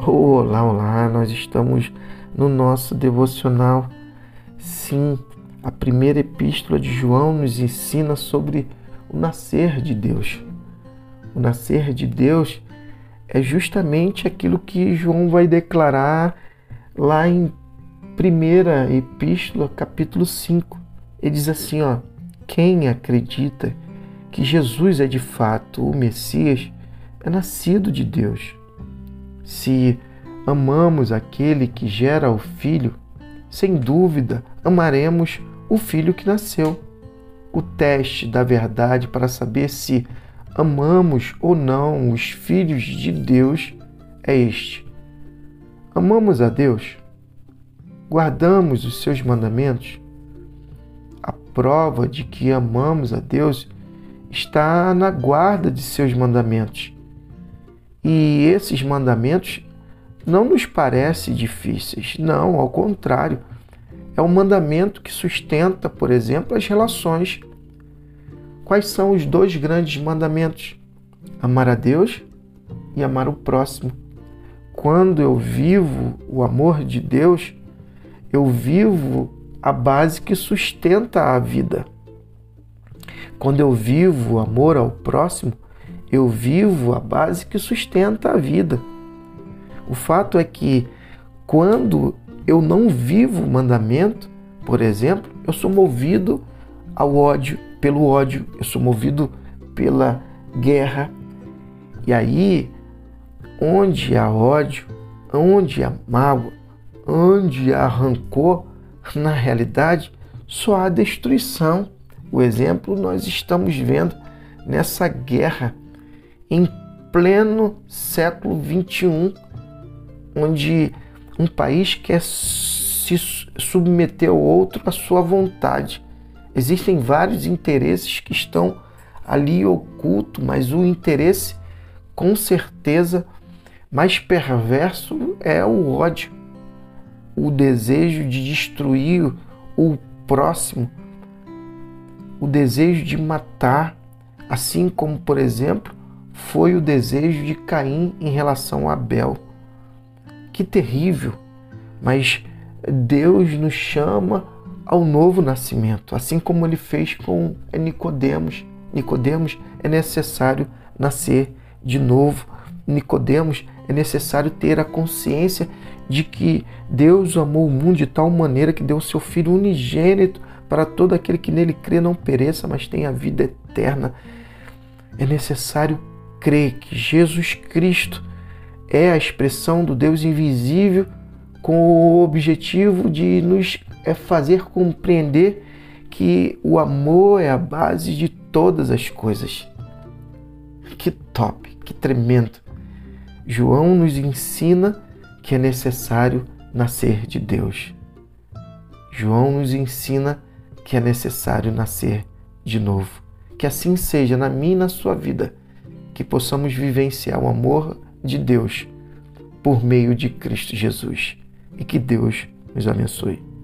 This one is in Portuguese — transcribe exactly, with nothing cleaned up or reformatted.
Olá, olá, nós estamos no nosso devocional. Sim, a primeira epístola de João nos ensina sobre o nascer de Deus. O nascer de Deus é justamente aquilo que João vai declarar lá em primeira epístola, capítulo cinco. Ele diz assim, ó: quem acredita que Jesus é de fato o Messias é nascido de Deus. Se amamos aquele que gera o Filho, sem dúvida amaremos o Filho que nasceu. O teste da verdade para saber se amamos ou não os filhos de Deus é este: amamos a Deus? Guardamos os seus mandamentos? A prova de que amamos a Deus está na guarda de seus mandamentos. E esses mandamentos não nos parecem difíceis. Não, ao contrário. É um mandamento que sustenta, por exemplo, as relações. Quais são os dois grandes mandamentos? Amar a Deus e amar o próximo. Quando eu vivo o amor de Deus, eu vivo a base que sustenta a vida. Quando eu vivo o amor ao próximo, eu vivo a base que sustenta a vida. O fato é que quando eu não vivo o mandamento, por exemplo, eu sou movido ao ódio, pelo ódio, eu sou movido pela guerra. E aí, onde há ódio, onde há mágoa, onde há rancor, na realidade, só há destruição. O exemplo nós estamos vendo nessa guerra em pleno século vinte e um, onde um país quer se submeter ao outro à sua vontade. Existem vários interesses que estão ali ocultos, mas o interesse, com certeza, mais perverso é o ódio, o desejo de destruir o próximo, o desejo de matar, assim como, por exemplo, foi o desejo de Caim em relação a Abel. Que terrível! Mas Deus nos chama ao novo nascimento, assim como ele fez com Nicodemos. Nicodemos é necessário nascer de novo. Nicodemos é necessário ter a consciência de que Deus amou o mundo de tal maneira que deu o seu Filho unigênito para todo aquele que nele crê não pereça, mas tenha vida eterna. É necessário crer que Jesus Cristo é a expressão do Deus invisível, com o objetivo de nos fazer compreender que o amor é a base de todas as coisas. Que top, que tremendo! João nos ensina que é necessário nascer de Deus. João nos ensina que é necessário nascer de novo. Que assim seja na minha e na sua vida, que possamos vivenciar o amor de Deus por meio de Cristo Jesus. E que Deus nos abençoe.